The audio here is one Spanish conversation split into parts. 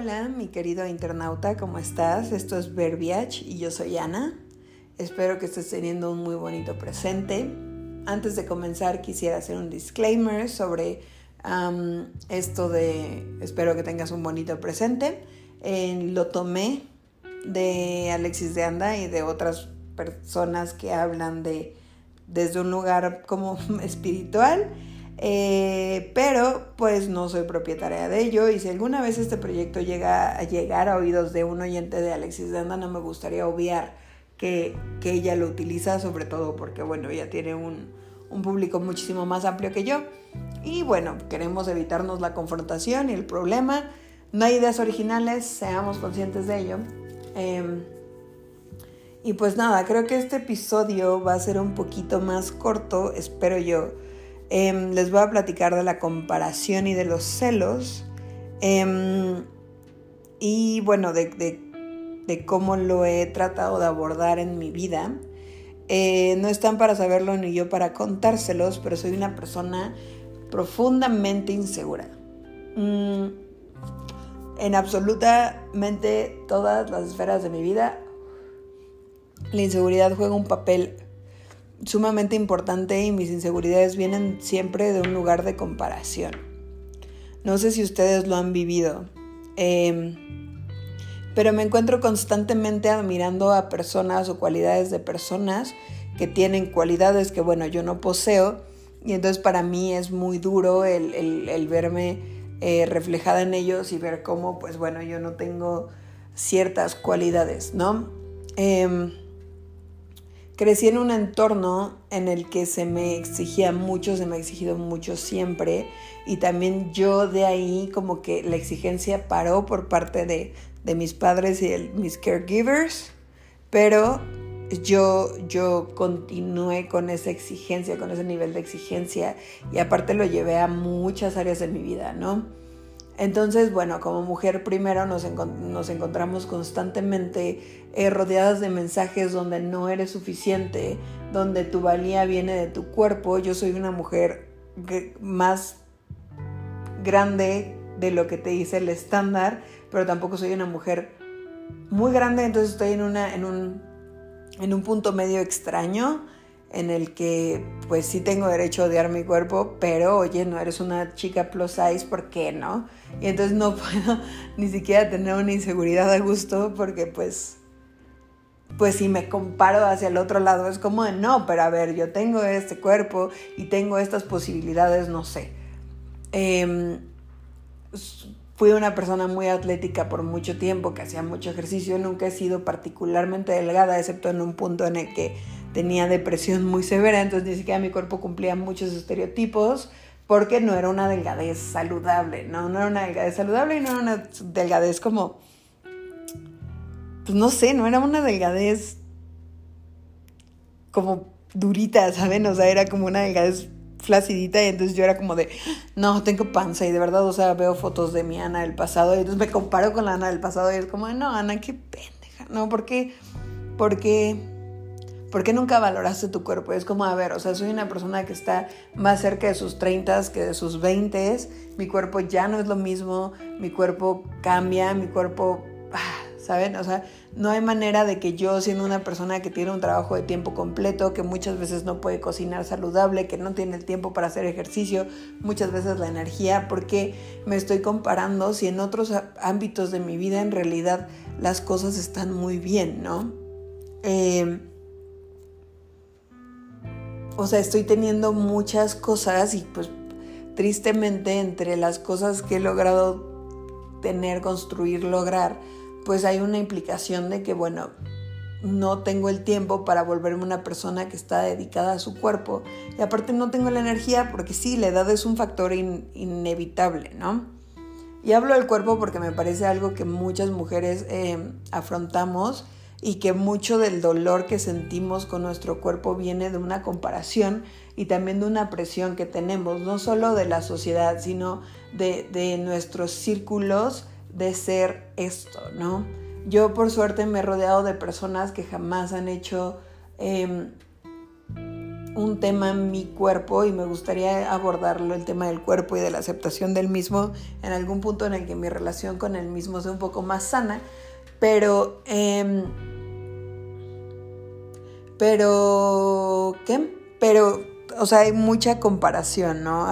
Hola, mi querido internauta, ¿cómo estás? Esto es Verbiage y yo soy Ana. Espero que estés teniendo un muy bonito presente. Antes de comenzar quisiera hacer un disclaimer sobre esto de espero que tengas un bonito presente. Lo tomé de Alexis de Anda y de otras personas que hablan desde un lugar como espiritual. Pero pues no soy propietaria de ello, y si alguna vez este proyecto llega a llegar a oídos de un oyente de Alexis de Anda, no me gustaría obviar que ella lo utiliza, sobre todo porque bueno, ella tiene un público muchísimo más amplio que yo, y bueno, queremos evitarnos la confrontación y el problema. No hay ideas originales, seamos conscientes de ello. Y pues nada, creo que este episodio va a ser un poquito más corto, espero yo. Les voy a platicar de la comparación y de los celos, y bueno, de cómo lo he tratado de abordar en mi vida. No están para saberlo ni yo para contárselos, pero soy una persona profundamente insegura. En absolutamente todas las esferas de mi vida, la inseguridad juega un papel sumamente importante, y mis inseguridades vienen siempre de un lugar de comparación. No sé si ustedes lo han vivido, pero me encuentro constantemente admirando a personas o cualidades de personas que tienen cualidades que bueno, yo no poseo, y entonces para mí es muy duro el verme reflejada en ellos y ver cómo pues bueno, yo no tengo ciertas cualidades, ¿no? Crecí en un entorno en el que se me exigía mucho, se me ha exigido mucho siempre, y también yo de ahí como que la exigencia paró por parte de mis padres y mis caregivers, pero yo continué con esa exigencia, con ese nivel de exigencia, y aparte lo llevé a muchas áreas de mi vida, ¿no? Entonces, bueno, como mujer primero nos encontramos constantemente rodeadas de mensajes donde no eres suficiente, donde tu valía viene de tu cuerpo. Yo soy una mujer más grande de lo que te dice el estándar, pero tampoco soy una mujer muy grande, entonces estoy en un punto medio extraño en el que pues sí tengo derecho a odiar mi cuerpo, pero oye, no eres una chica plus size, ¿por qué no? Y entonces no puedo ni siquiera tener una inseguridad a gusto, porque pues si me comparo hacia el otro lado es como de no, pero a ver, yo tengo este cuerpo y tengo estas posibilidades, no sé. Fui una persona muy atlética por mucho tiempo, que hacía mucho ejercicio. Nunca he sido particularmente delgada, excepto en un punto en el que tenía depresión muy severa, entonces ni siquiera mi cuerpo cumplía muchos estereotipos, porque no era una delgadez saludable, no era una delgadez saludable, y no era una delgadez como, pues no sé, no era una delgadez como durita, ¿saben? O sea, era como una delgadez flacidita, y entonces yo era como de, no, tengo panza, y de verdad, o sea, veo fotos de mi Ana del pasado, y entonces me comparo con la Ana del pasado, y es como de, no, Ana, qué pendeja, ¿no? ¿Por qué nunca valoraste tu cuerpo? Es como, a ver, o sea, soy una persona que está más cerca de sus 30 que de sus 20. Mi cuerpo ya no es lo mismo, mi cuerpo cambia, mi cuerpo, ¿saben? O sea, no hay manera de que yo, siendo una persona que tiene un trabajo de tiempo completo, que muchas veces no puede cocinar saludable, que no tiene el tiempo para hacer ejercicio, muchas veces la energía, porque me estoy comparando si en otros ámbitos de mi vida en realidad las cosas están muy bien, ¿no? O sea, estoy teniendo muchas cosas, y pues tristemente entre las cosas que he logrado tener, construir, lograr, pues hay una implicación de que, bueno, no tengo el tiempo para volverme una persona que está dedicada a su cuerpo, y aparte no tengo la energía, porque sí, la edad es un factor inevitable, ¿no? Y hablo del cuerpo porque me parece algo que muchas mujeres afrontamos, y que mucho del dolor que sentimos con nuestro cuerpo viene de una comparación y también de una presión que tenemos, no solo de la sociedad, sino de nuestros círculos de ser esto, ¿no? Yo por suerte me he rodeado de personas que jamás han hecho un un tema mi cuerpo y me gustaría abordarlo, el tema del cuerpo y de la aceptación del mismo en algún punto en el que mi relación con el mismo sea un poco más sana, pero ¿qué? Pero, o sea, hay mucha comparación, ¿no?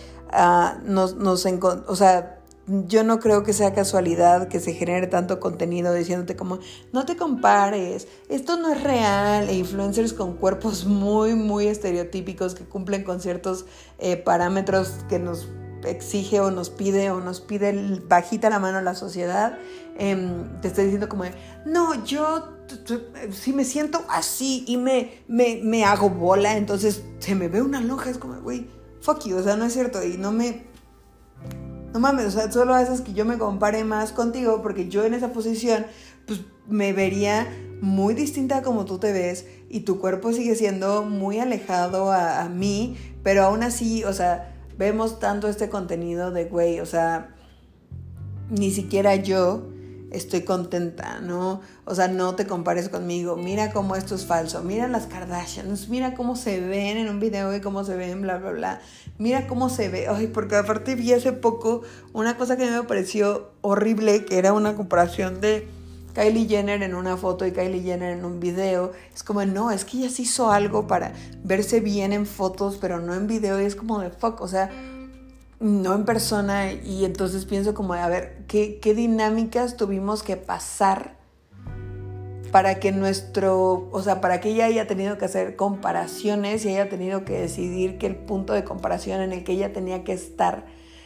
O sea, yo no creo que sea casualidad que se genere tanto contenido diciéndote como, no te compares, esto no es real, e influencers con cuerpos muy, muy estereotípicos que cumplen con ciertos parámetros que nos exige o nos pide bajita la mano la sociedad, te estoy diciendo como, no, yo si me siento así y me hago bola, entonces se me ve una lonja, es como, güey, fuck you, o sea, no es cierto, y no mames, o sea, solo haces que yo me compare más contigo, porque yo en esa posición, pues me vería muy distinta a como tú te ves, y tu cuerpo sigue siendo muy alejado a mí, pero aún así, o sea, vemos tanto este contenido de, güey, o sea, ni siquiera yo estoy contenta, ¿no? O sea, no te compares conmigo, mira cómo esto es falso, mira las Kardashians, mira cómo se ven en un video y cómo se ven, bla, bla, bla, mira cómo se ve, ay, porque aparte vi hace poco una cosa que me pareció horrible, que era una comparación de Kylie Jenner en una foto y Kylie Jenner en un video. Es como, no, es que ella sí hizo algo para verse bien en fotos, pero no en video, y es como de fuck, o sea, no en persona. Y entonces pienso como, a ver, ¿qué dinámicas tuvimos que pasar para que para que ella haya tenido que hacer comparaciones y haya tenido que decidir que el punto de comparación en el que ella tenía que estar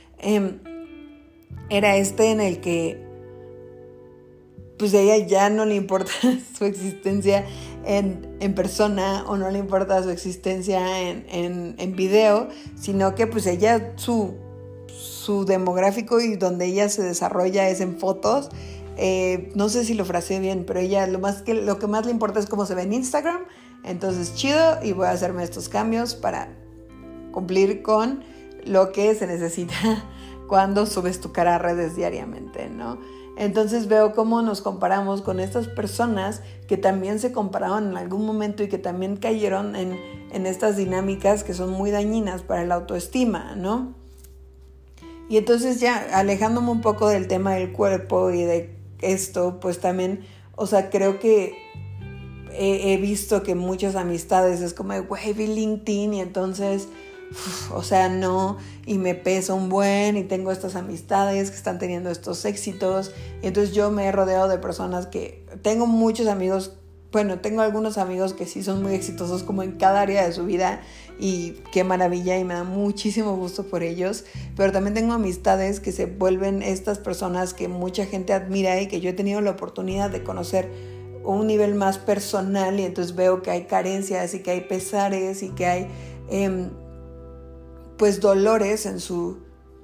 era en el que pues a ella ya no le importa su existencia en persona, o no le importa su existencia en video, sino que pues ella su demográfico y donde ella se desarrolla es en fotos. No sé si lo fraseé bien, pero ella lo que más le importa es cómo se ve en Instagram. Entonces chido, y voy a hacerme estos cambios para cumplir con lo que se necesita cuando subes tu cara a redes diariamente, ¿no? Entonces veo cómo nos comparamos con estas personas que también se comparaban en algún momento y que también cayeron en estas dinámicas que son muy dañinas para la autoestima, ¿no? Y entonces ya alejándome un poco del tema del cuerpo y de esto, pues también, o sea, creo que he visto que muchas amistades es como, güey, vi LinkedIn y entonces, o sea, no, y me pesa un buen, y tengo estas amistades que están teniendo estos éxitos, y entonces yo me he rodeado de personas que, tengo muchos amigos, bueno, tengo algunos amigos que sí son muy exitosos como en cada área de su vida, y qué maravilla, y me da muchísimo gusto por ellos, pero también tengo amistades que se vuelven estas personas que mucha gente admira y que yo he tenido la oportunidad de conocer un nivel más personal, y entonces veo que hay carencias y que hay pesares y que hay pues dolores en su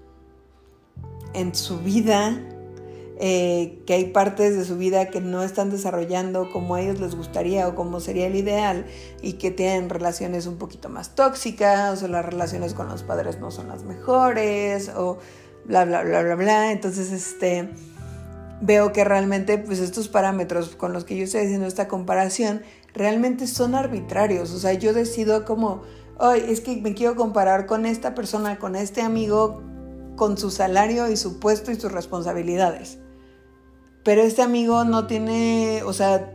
vida, que hay partes de su vida que no están desarrollando como a ellos les gustaría o como sería el ideal, y que tienen relaciones un poquito más tóxicas, o las relaciones con los padres no son las mejores, o bla, bla, bla, bla, bla. Entonces, veo que realmente pues estos parámetros con los que yo estoy haciendo esta comparación realmente son arbitrarios. O sea, yo decido como, ay, es que me quiero comparar con esta persona, con este amigo, con su salario y su puesto y sus responsabilidades. Pero este amigo no tiene, o sea,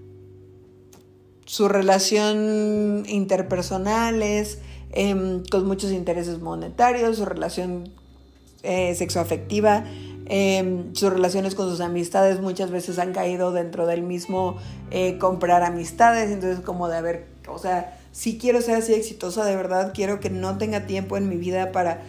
su relación interpersonal es con muchos intereses monetarios, su relación sexoafectiva, sus relaciones con sus amistades muchas veces han caído dentro del mismo comprar amistades. Entonces como de, a ver, o sea, si quiero ser así exitosa, de verdad quiero que no tenga tiempo en mi vida para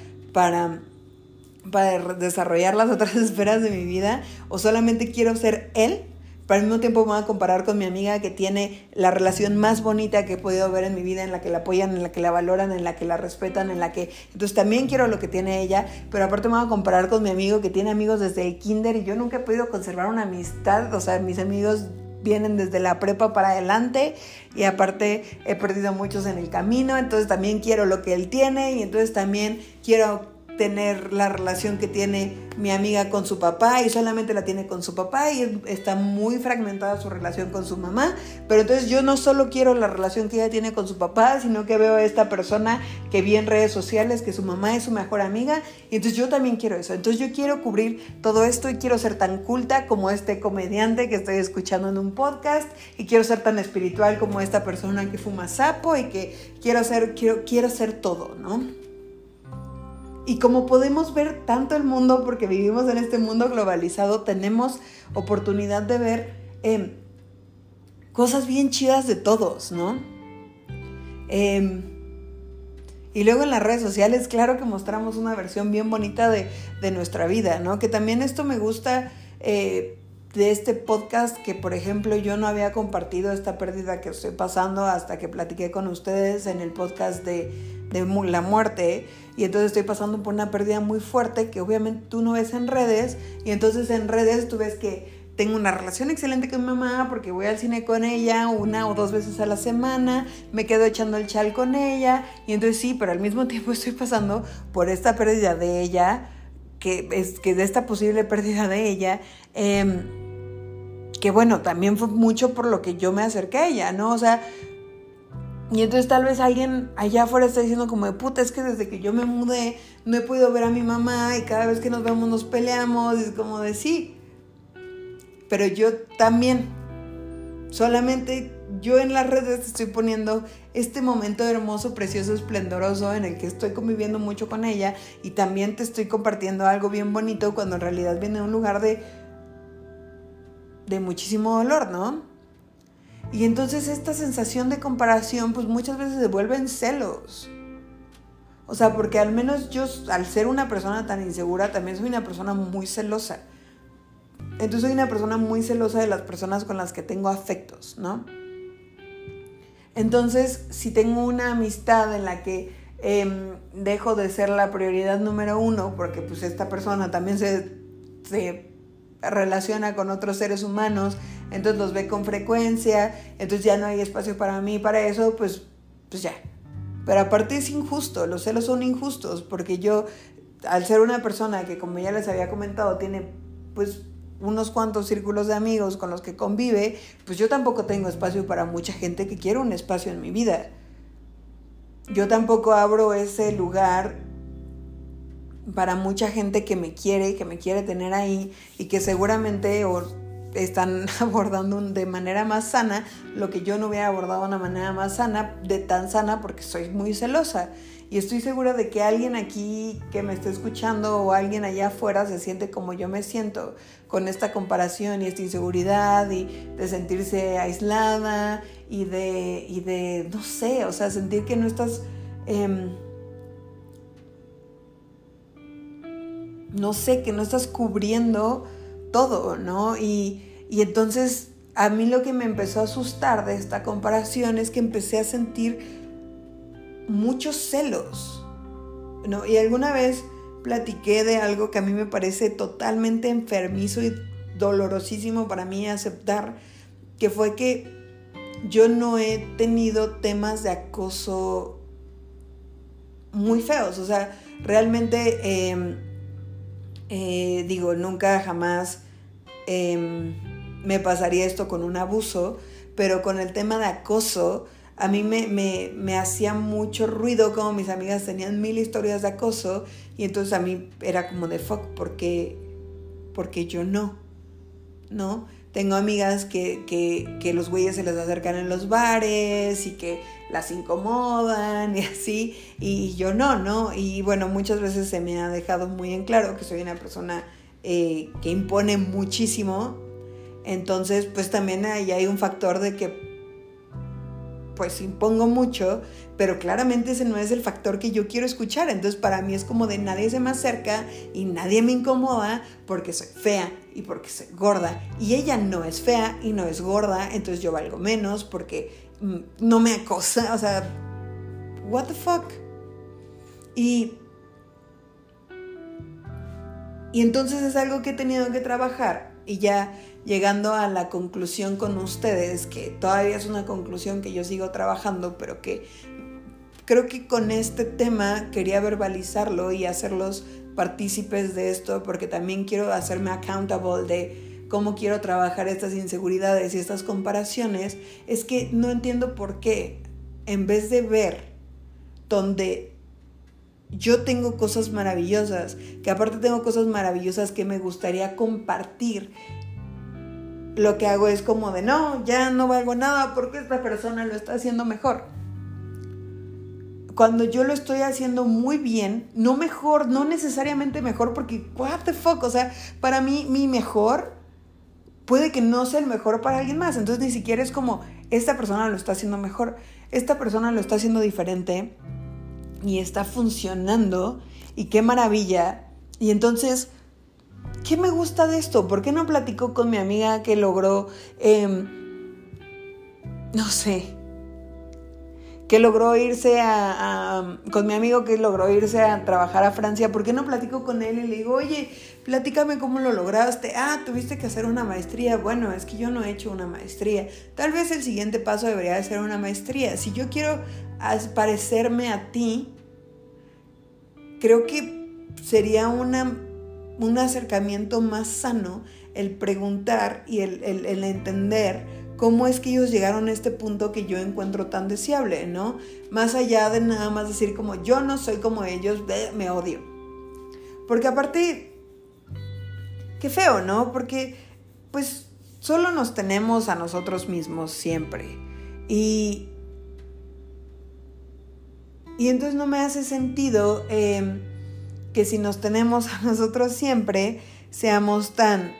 desarrollar las otras esferas de mi vida, o solamente quiero ser él, pero al mismo tiempo me voy a comparar con mi amiga que tiene la relación más bonita que he podido ver en mi vida, en la que la apoyan, en la que la valoran, en la que la respetan, en la que... Entonces también quiero lo que tiene ella, pero aparte me voy a comparar con mi amigo que tiene amigos desde el kinder, y yo nunca he podido conservar una amistad. O sea, mis amigos vienen desde la prepa para adelante, y aparte he perdido muchos en el camino, entonces también quiero lo que él tiene, y entonces también quiero tener la relación que tiene mi amiga con su papá y solamente la tiene con su papá y está muy fragmentada su relación con su mamá, pero entonces yo no solo quiero la relación que ella tiene con su papá, sino que veo a esta persona que vi en redes sociales que su mamá es su mejor amiga y entonces yo también quiero eso, entonces yo quiero cubrir todo esto y quiero ser tan culta como este comediante que estoy escuchando en un podcast y quiero ser tan espiritual como esta persona que fuma sapo y que quiero ser todo, ¿no? Y como podemos ver tanto el mundo, porque vivimos en este mundo globalizado, tenemos oportunidad de ver cosas bien chidas de todos, ¿no? Y luego en las redes sociales, claro que mostramos una versión bien bonita de nuestra vida, ¿no? Que también esto me gusta de este podcast, que por ejemplo yo no había compartido esta pérdida que estoy pasando hasta que platiqué con ustedes en el podcast de la muerte, y entonces estoy pasando por una pérdida muy fuerte que obviamente tú no ves en redes, y entonces en redes tú ves que tengo una relación excelente con mi mamá porque voy al cine con ella 1 o 2 veces a la semana, me quedo echando el chal con ella, y entonces sí, pero al mismo tiempo estoy pasando por esta pérdida de ella, que de esta posible pérdida de ella, que bueno, también fue mucho por lo que yo me acerqué a ella, ¿no? O sea, y entonces tal vez alguien allá afuera está diciendo como de puta, es que desde que yo me mudé no he podido ver a mi mamá y cada vez que nos vemos nos peleamos, y es como de sí, pero yo también, solamente yo en las redes estoy poniendo este momento hermoso, precioso, esplendoroso en el que estoy conviviendo mucho con ella, y también te estoy compartiendo algo bien bonito cuando en realidad viene de un lugar de muchísimo dolor, ¿no? Y entonces esta sensación de comparación pues muchas veces se vuelven celos. O sea, porque al menos yo, al ser una persona tan insegura, también soy una persona muy celosa. Entonces soy una persona muy celosa de las personas con las que tengo afectos, ¿no? Entonces, si tengo una amistad en la que dejo de ser la prioridad número 1, porque pues esta persona también se relaciona con otros seres humanos, entonces los ve con frecuencia, entonces ya no hay espacio para mí, para eso, pues ya. Pero aparte es injusto, los celos son injustos, porque yo, al ser una persona que, como ya les había comentado, tiene pues unos cuantos círculos de amigos con los que convive, pues yo tampoco tengo espacio para mucha gente que quiere un espacio en mi vida. Yo tampoco abro ese lugar para mucha gente que me quiere tener ahí, y que seguramente están abordando de manera más sana lo que yo no hubiera abordado de una manera más sana, tan sana, porque soy muy celosa. Y estoy segura de que alguien aquí que me esté escuchando o alguien allá afuera se siente como yo me siento, con esta comparación y esta inseguridad y de sentirse aislada y de no sé, o sea, sentir que no estás no sé, que no estás cubriendo todo, ¿no? Y entonces a mí lo que me empezó a asustar de esta comparación es que empecé a sentir muchos celos, ¿no? Y alguna vez platiqué de algo que a mí me parece totalmente enfermizo y dolorosísimo para mí aceptar, que fue que yo no he tenido temas de acoso muy feos, o sea, realmente digo, nunca jamás me pasaría esto con un abuso, pero con el tema de acoso a mí me hacía mucho ruido como mis amigas tenían 1000 historias de acoso, y entonces a mí era como de fuck, porque yo no. Tengo amigas que los güeyes se les acercan en los bares y que las incomodan y así, y yo no. Y bueno, muchas veces se me ha dejado muy en claro que soy una persona que impone muchísimo. Entonces pues también ahí hay un factor de que pues impongo mucho, pero claramente ese no es el factor que yo quiero escuchar. Entonces para mí es como de nadie se me acerca y nadie me incomoda porque soy fea y porque soy gorda, y ella no es fea y no es gorda, entonces yo valgo menos porque no me acosa. O sea, what the fuck. Y entonces es algo que he tenido que trabajar, y ya llegando a la conclusión con ustedes, que todavía es una conclusión que yo sigo trabajando, pero que creo que con este tema quería verbalizarlo y hacerlos partícipes de esto, porque también quiero hacerme accountable de cómo quiero trabajar estas inseguridades y estas comparaciones. Es que no entiendo por qué, en vez de ver donde yo tengo cosas maravillosas, que aparte tengo cosas maravillosas que me gustaría compartir, lo que hago es como de no, ya no valgo nada porque esta persona lo está haciendo mejor. Cuando yo lo estoy haciendo muy bien, no mejor, no necesariamente mejor, porque what the fuck, o sea, para mí mi mejor puede que no sea el mejor para alguien más. Entonces ni siquiera es como esta persona lo está haciendo mejor, esta persona lo está haciendo diferente y está funcionando y qué maravilla. Y entonces, ¿qué me gusta de esto? ¿Por qué no platico con mi amiga que logró, que logró irse con mi amigo que logró irse a trabajar a Francia? ¿Por qué no platico con él y le digo, oye, platícame cómo lo lograste? Tuviste que hacer una maestría. Bueno, es que yo no he hecho una maestría. Tal vez el siguiente paso debería de ser una maestría. Si yo quiero parecerme a ti, creo que sería un acercamiento más sano el preguntar y el entender cómo es que ellos llegaron a este punto que yo encuentro tan deseable, ¿no? Más allá de nada más decir como yo no soy como ellos, me odio. Porque aparte, qué feo, ¿no? Porque pues solo nos tenemos a nosotros mismos siempre. Y entonces no me hace sentido que si nos tenemos a nosotros siempre, seamos tan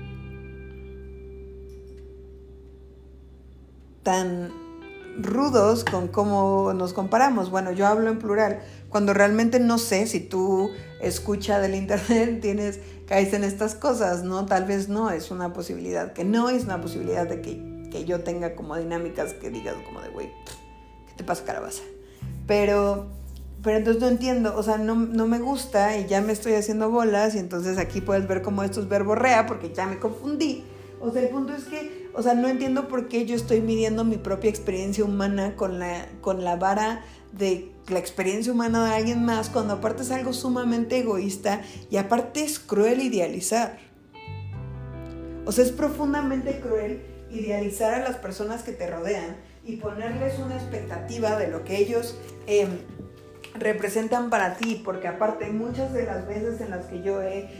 rudos con cómo nos comparamos. Bueno, yo hablo en plural, cuando realmente no sé si tú escucha del internet caes en estas cosas, ¿no? Tal vez no es una posibilidad, que no es una posibilidad de que yo tenga como dinámicas que digas como de, güey, ¿qué te pasa, calabaza? Pero entonces no entiendo, o sea, no me gusta y ya me estoy haciendo bolas y entonces aquí puedes ver cómo esto es verborrea porque ya me confundí. O sea, el punto es que, o sea, no entiendo por qué yo estoy midiendo mi propia experiencia humana con la vara de la experiencia humana de alguien más, cuando aparte es algo sumamente egoísta y aparte es cruel idealizar. O sea, es profundamente cruel idealizar a las personas que te rodean y ponerles una expectativa de lo que ellos representan para ti, porque aparte muchas de las veces en las que yo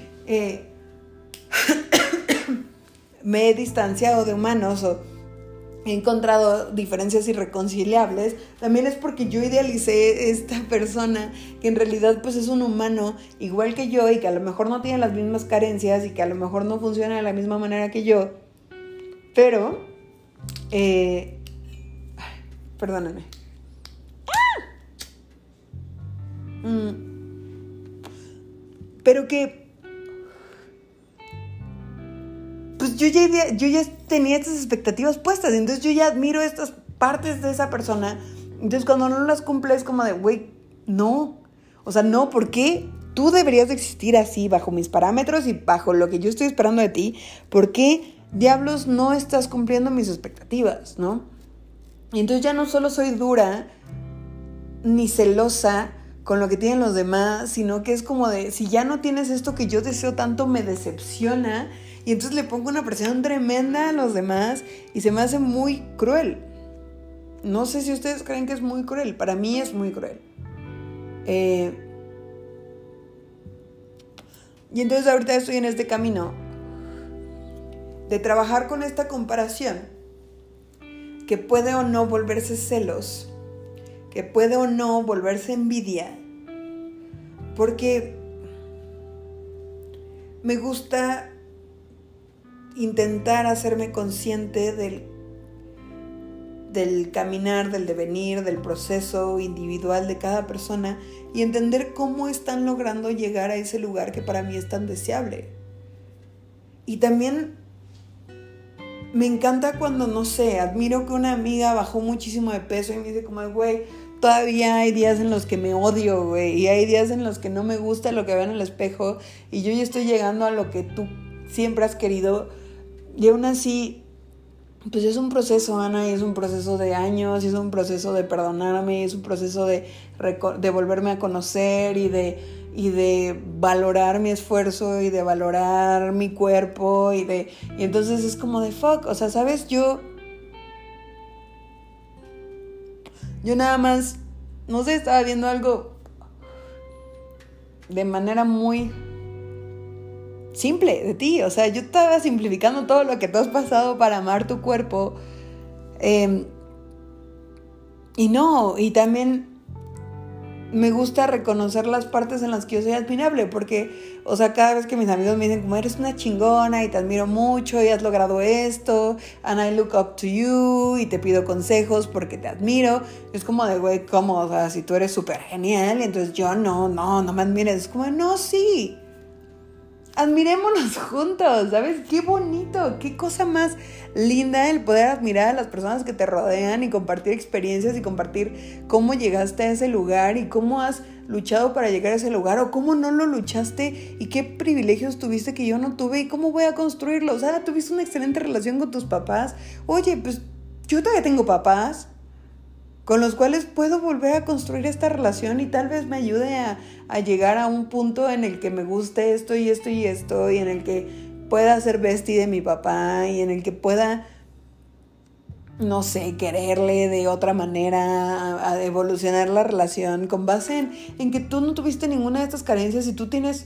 me he distanciado de humanos o he encontrado diferencias irreconciliables, también es porque yo idealicé esta persona que en realidad pues es un humano igual que yo y que a lo mejor no tiene las mismas carencias y que a lo mejor no funciona de la misma manera que yo, pero perdónenme. Pero que pues yo ya tenía estas expectativas puestas, entonces yo ya admiro estas partes de esa persona, entonces cuando no las cumple es como de, güey, no, o sea, no, ¿por qué tú deberías de existir así bajo mis parámetros y bajo lo que yo estoy esperando de ti? ¿Por qué diablos no estás cumpliendo mis expectativas, no? Y entonces ya no solo soy dura ni celosa con lo que tienen los demás, sino que es como de, si ya no tienes esto que yo deseo tanto, me decepciona, y entonces le pongo una presión tremenda a los demás y se me hace muy cruel. No sé si ustedes creen que es muy cruel, para mí es muy cruel. Y entonces ahorita estoy en este camino de trabajar con esta comparación, que puede o no volverse celos, que puede o no volverse envidia, porque me gusta intentar hacerme consciente del caminar, del devenir, del proceso individual de cada persona y entender cómo están logrando llegar a ese lugar que para mí es tan deseable. Y también me encanta cuando, no sé, admiro que una amiga bajó muchísimo de peso y me dice como, güey, todavía hay días en los que me odio, güey, y hay días en los que no me gusta lo que veo en el espejo y yo ya estoy llegando a lo que tú siempre has querido, y aún así pues es un proceso, Ana, y es un proceso de años, y es un proceso de perdonarme, y es un proceso de volverme a conocer y de valorar mi esfuerzo y de valorar mi cuerpo y entonces es como de fuck, o sea, ¿sabes? Yo nada más, no sé, estaba viendo algo de manera muy simple de ti, o sea, yo estaba simplificando todo lo que tú has pasado para amar tu cuerpo, y no, y también me gusta reconocer las partes en las que yo soy admirable, porque, o sea, cada vez que mis amigos me dicen como eres una chingona y te admiro mucho y has logrado esto, and I look up to you y te pido consejos porque te admiro, es como de, güey, ¿cómo? O sea, si tú eres súper genial y entonces yo no me admires, es como, no, sí, admirémonos juntos, ¿sabes? Qué bonito, qué cosa más linda el poder admirar a las personas que te rodean y compartir experiencias y compartir cómo llegaste a ese lugar y cómo has luchado para llegar a ese lugar o cómo no lo luchaste y qué privilegios tuviste que yo no tuve y cómo voy a construirlo. O sea, tuviste una excelente relación con tus papás. Oye, pues yo todavía tengo papás con los cuales puedo volver a construir esta relación y tal vez me ayude a llegar a un punto en el que me guste esto y esto y esto y en el que pueda ser bestie de mi papá y en el que pueda, no sé, quererle de otra manera, a evolucionar la relación con base en que tú no tuviste ninguna de estas carencias y tú tienes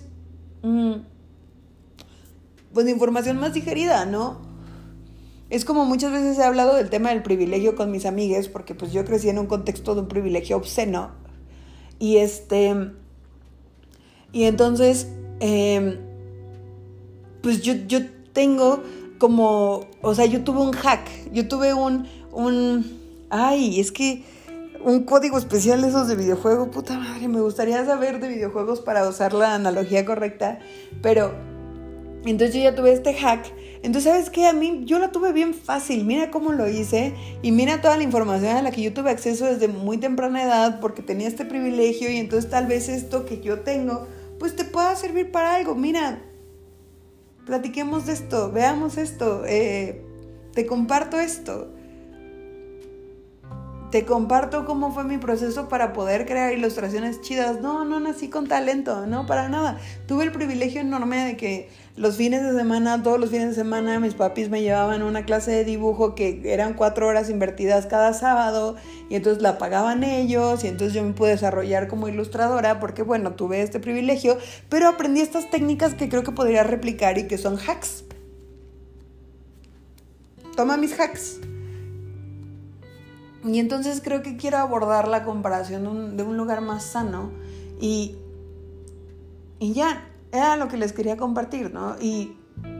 pues información más digerida, ¿no? Es como muchas veces he hablado del tema del privilegio con mis amigues, porque pues yo crecí en un contexto de un privilegio obsceno. Y entonces, pues yo tengo como, o sea, yo tuve un hack, yo tuve es que un código especial de esos de videojuego, puta madre, me gustaría saber de videojuegos para usar la analogía correcta, pero entonces yo ya tuve este hack. Entonces, ¿sabes qué? A mí, yo la tuve bien fácil. Mira cómo lo hice y mira toda la información a la que yo tuve acceso desde muy temprana edad porque tenía este privilegio y entonces tal vez esto que yo tengo, pues te pueda servir para algo. Mira, platiquemos de esto, veamos esto, te comparto esto. Te comparto cómo fue mi proceso para poder crear ilustraciones chidas. No nací con talento, no, para nada. Tuve el privilegio enorme de que todos los fines de semana, mis papis me llevaban a una clase de dibujo que eran 4 horas invertidas cada sábado y entonces la pagaban ellos y entonces yo me pude desarrollar como ilustradora porque, bueno, tuve este privilegio, pero aprendí estas técnicas que creo que podría replicar y que son hacks. Toma mis hacks. Y entonces creo que quiero abordar la comparación de un lugar más sano y ya, era lo que les quería compartir, ¿no? Y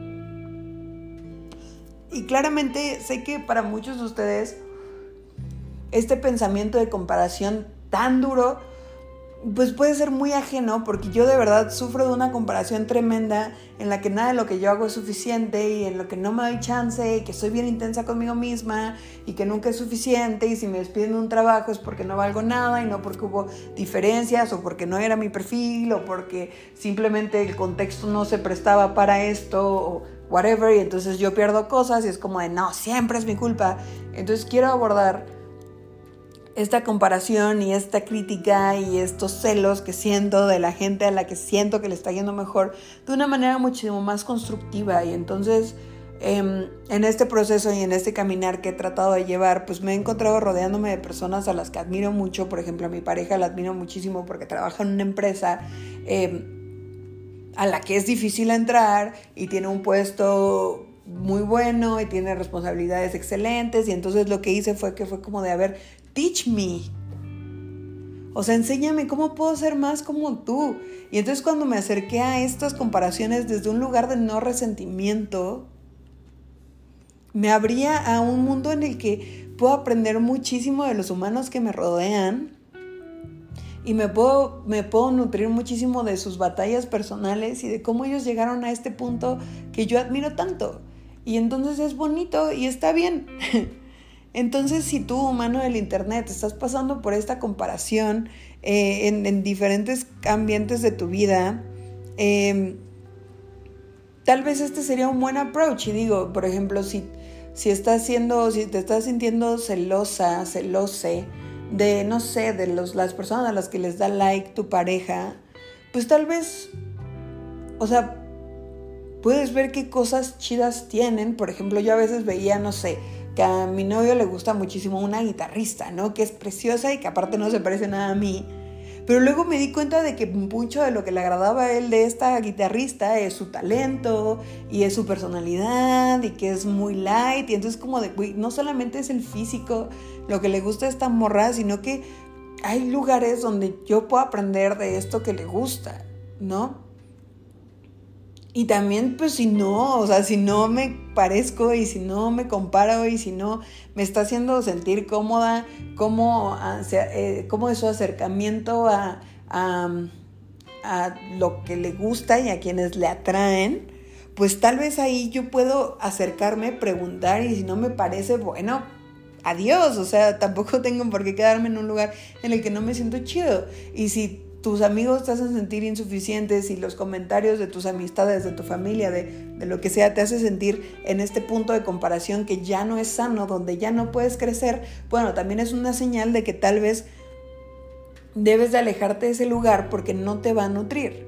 claramente sé que para muchos de ustedes este pensamiento de comparación tan duro pues puede ser muy ajeno porque yo de verdad sufro de una comparación tremenda en la que nada de lo que yo hago es suficiente y en lo que no me doy chance y que soy bien intensa conmigo misma y que nunca es suficiente y si me despiden de un trabajo es porque no valgo nada y no porque hubo diferencias o porque no era mi perfil o porque simplemente el contexto no se prestaba para esto o whatever y entonces yo pierdo cosas y es como de no, siempre es mi culpa. Entonces quiero abordar esta comparación y esta crítica y estos celos que siento de la gente a la que siento que le está yendo mejor de una manera muchísimo más constructiva. Y entonces en este proceso y en este caminar que he tratado de llevar, pues me he encontrado rodeándome de personas a las que admiro mucho. Por ejemplo, a mi pareja la admiro muchísimo porque trabaja en una empresa a la que es difícil entrar y tiene un puesto muy bueno y tiene responsabilidades excelentes y entonces lo que hice fue como de, a ver, teach me, o sea, enséñame cómo puedo ser más como tú. Y entonces cuando me acerqué a estas comparaciones desde un lugar de no resentimiento, me abría a un mundo en el que puedo aprender muchísimo de los humanos que me rodean y me puedo nutrir muchísimo de sus batallas personales y de cómo ellos llegaron a este punto que yo admiro tanto. Y entonces es bonito y está bien. Entonces, si tú, humano del internet, estás pasando por esta comparación en diferentes ambientes de tu vida, tal vez este sería un buen approach. Y digo, por ejemplo, si si te estás sintiendo celosa, celose de, no sé, de las personas a las que les da like tu pareja, pues tal vez, o sea, puedes ver qué cosas chidas tienen. Por ejemplo, yo a veces veía, no sé, que a mi novio le gusta muchísimo una guitarrista, ¿no? Que es preciosa y que aparte no se parece nada a mí. Pero luego me di cuenta de que mucho de lo que le agradaba a él de esta guitarrista es su talento y es su personalidad y que es muy light. Y entonces como de, güey, no solamente es el físico lo que le gusta a esta morra, sino que hay lugares donde yo puedo aprender de esto que le gusta, ¿no? Y también, pues si no me parezco y si no me comparo y si no me está haciendo sentir cómoda, cómo es su acercamiento a lo que le gusta y a quienes le atraen, pues tal vez ahí yo puedo acercarme, preguntar, y si no me parece, bueno, adiós. O sea, tampoco tengo por qué quedarme en un lugar en el que no me siento chido. Y si tus amigos te hacen sentir insuficientes y los comentarios de tus amistades, de tu familia, de lo que sea, te hace sentir en este punto de comparación que ya no es sano, donde ya no puedes crecer, bueno, también es una señal de que tal vez debes de alejarte de ese lugar porque no te va a nutrir.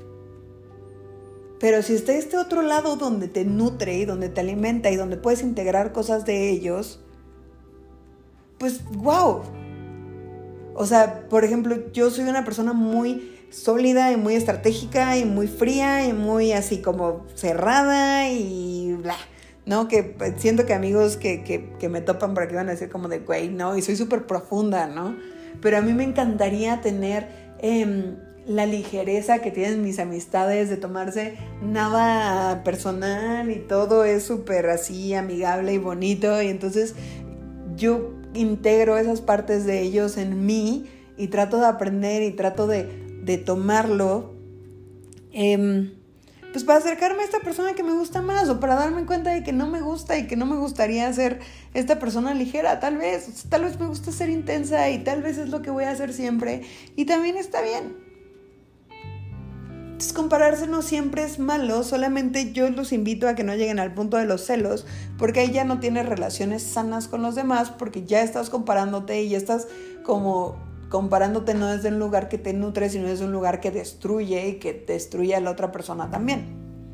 Pero si está este otro lado donde te nutre y donde te alimenta y donde puedes integrar cosas de ellos, pues wow. O sea, por ejemplo, yo soy una persona muy sólida y muy estratégica y muy fría y muy así como cerrada y bla, ¿no? Que siento que amigos que me topan por aquí van a decir como de, güey, no, y soy súper profunda, ¿no? Pero a mí me encantaría tener la ligereza que tienen mis amistades de tomarse nada personal y todo es súper así amigable y bonito, y entonces yo integro esas partes de ellos en mí y trato de aprender y trato de tomarlo, pues para acercarme a esta persona que me gusta más, o para darme cuenta de que no me gusta y que no me gustaría ser esta persona ligera. Tal vez me gusta ser intensa y tal vez es lo que voy a hacer siempre y también está bien. Entonces, compararse no siempre es malo, solamente yo los invito a que no lleguen al punto de los celos, porque ahí ya no tienes relaciones sanas con los demás, porque ya estás comparándote y ya estás como comparándote no desde un lugar que te nutre, sino desde un lugar que destruye y que destruye a la otra persona también.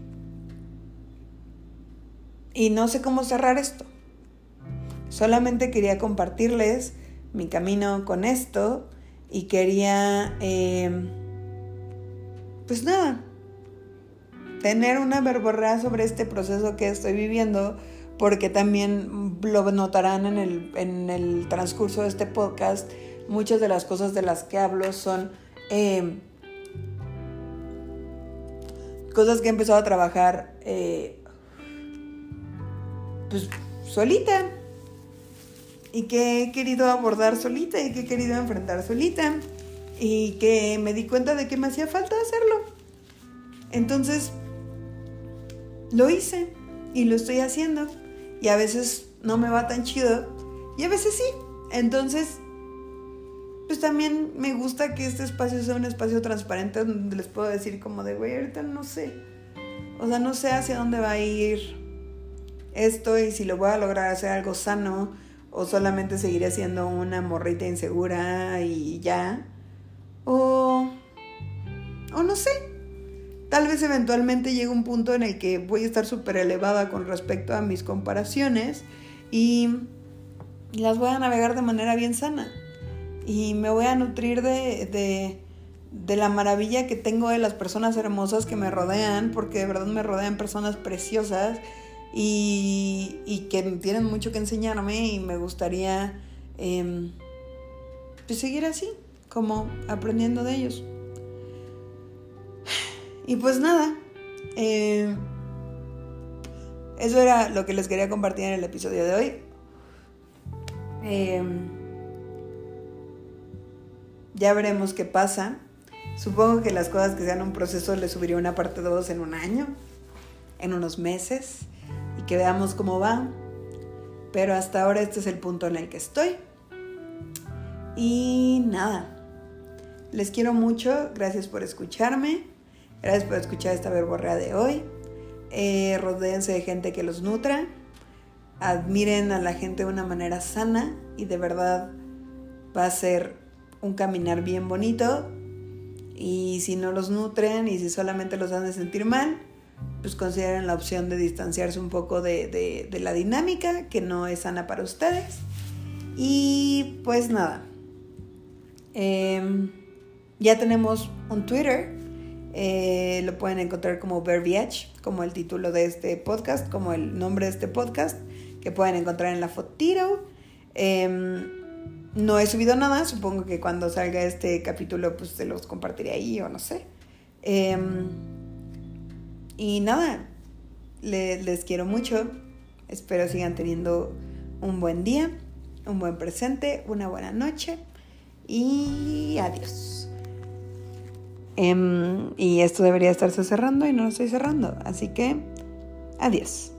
Y no sé cómo cerrar esto. Solamente quería compartirles mi camino con esto y quería... pues nada, tener una verborrea sobre este proceso que estoy viviendo, porque también lo notarán en el transcurso de este podcast. Muchas de las cosas de las que hablo son cosas que he empezado a trabajar pues solita, y que he querido abordar solita y que he querido enfrentar solita, y que me di cuenta de que me hacía falta hacerlo. Entonces lo hice y lo estoy haciendo, y a veces no me va tan chido y a veces sí. Entonces pues también me gusta que este espacio sea un espacio transparente donde les puedo decir como de, güey, ahorita no sé, o sea, no sé hacia dónde va a ir esto y si lo voy a lograr hacer algo sano o solamente seguiré siendo una morrita insegura y ya. O no sé, tal vez eventualmente llegue un punto en el que voy a estar súper elevada con respecto a mis comparaciones y las voy a navegar de manera bien sana y me voy a nutrir de la maravilla que tengo de las personas hermosas que me rodean, porque de verdad me rodean personas preciosas y que tienen mucho que enseñarme, y me gustaría pues seguir así, como aprendiendo de ellos. Y pues nada, eso era lo que les quería compartir en el episodio de hoy. Ya veremos qué pasa. Supongo que las cosas que sean un proceso les subiré una parte 2 en un año, en unos meses, y que veamos cómo va. Pero hasta ahora este es el punto en el que estoy. Y nada, les quiero mucho, gracias por escucharme, gracias por escuchar esta verborrea de hoy. Rodéense de gente que los nutra admiren a la gente de una manera sana y de verdad va a ser un caminar bien bonito. Y si no los nutren y si solamente los hacen sentir mal, pues consideren la opción de distanciarse un poco de la dinámica que no es sana para ustedes. Y pues nada, ya tenemos un Twitter, lo pueden encontrar como Verbiage, como el título de este podcast, como el nombre de este podcast, que pueden encontrar en la fotito. No he subido nada, supongo que cuando salga este capítulo pues se los compartiré ahí o no sé. Y nada, les quiero mucho, espero sigan teniendo un buen día, un buen presente, una buena noche y adiós. Y esto debería estarse cerrando y no lo estoy cerrando, así que adiós.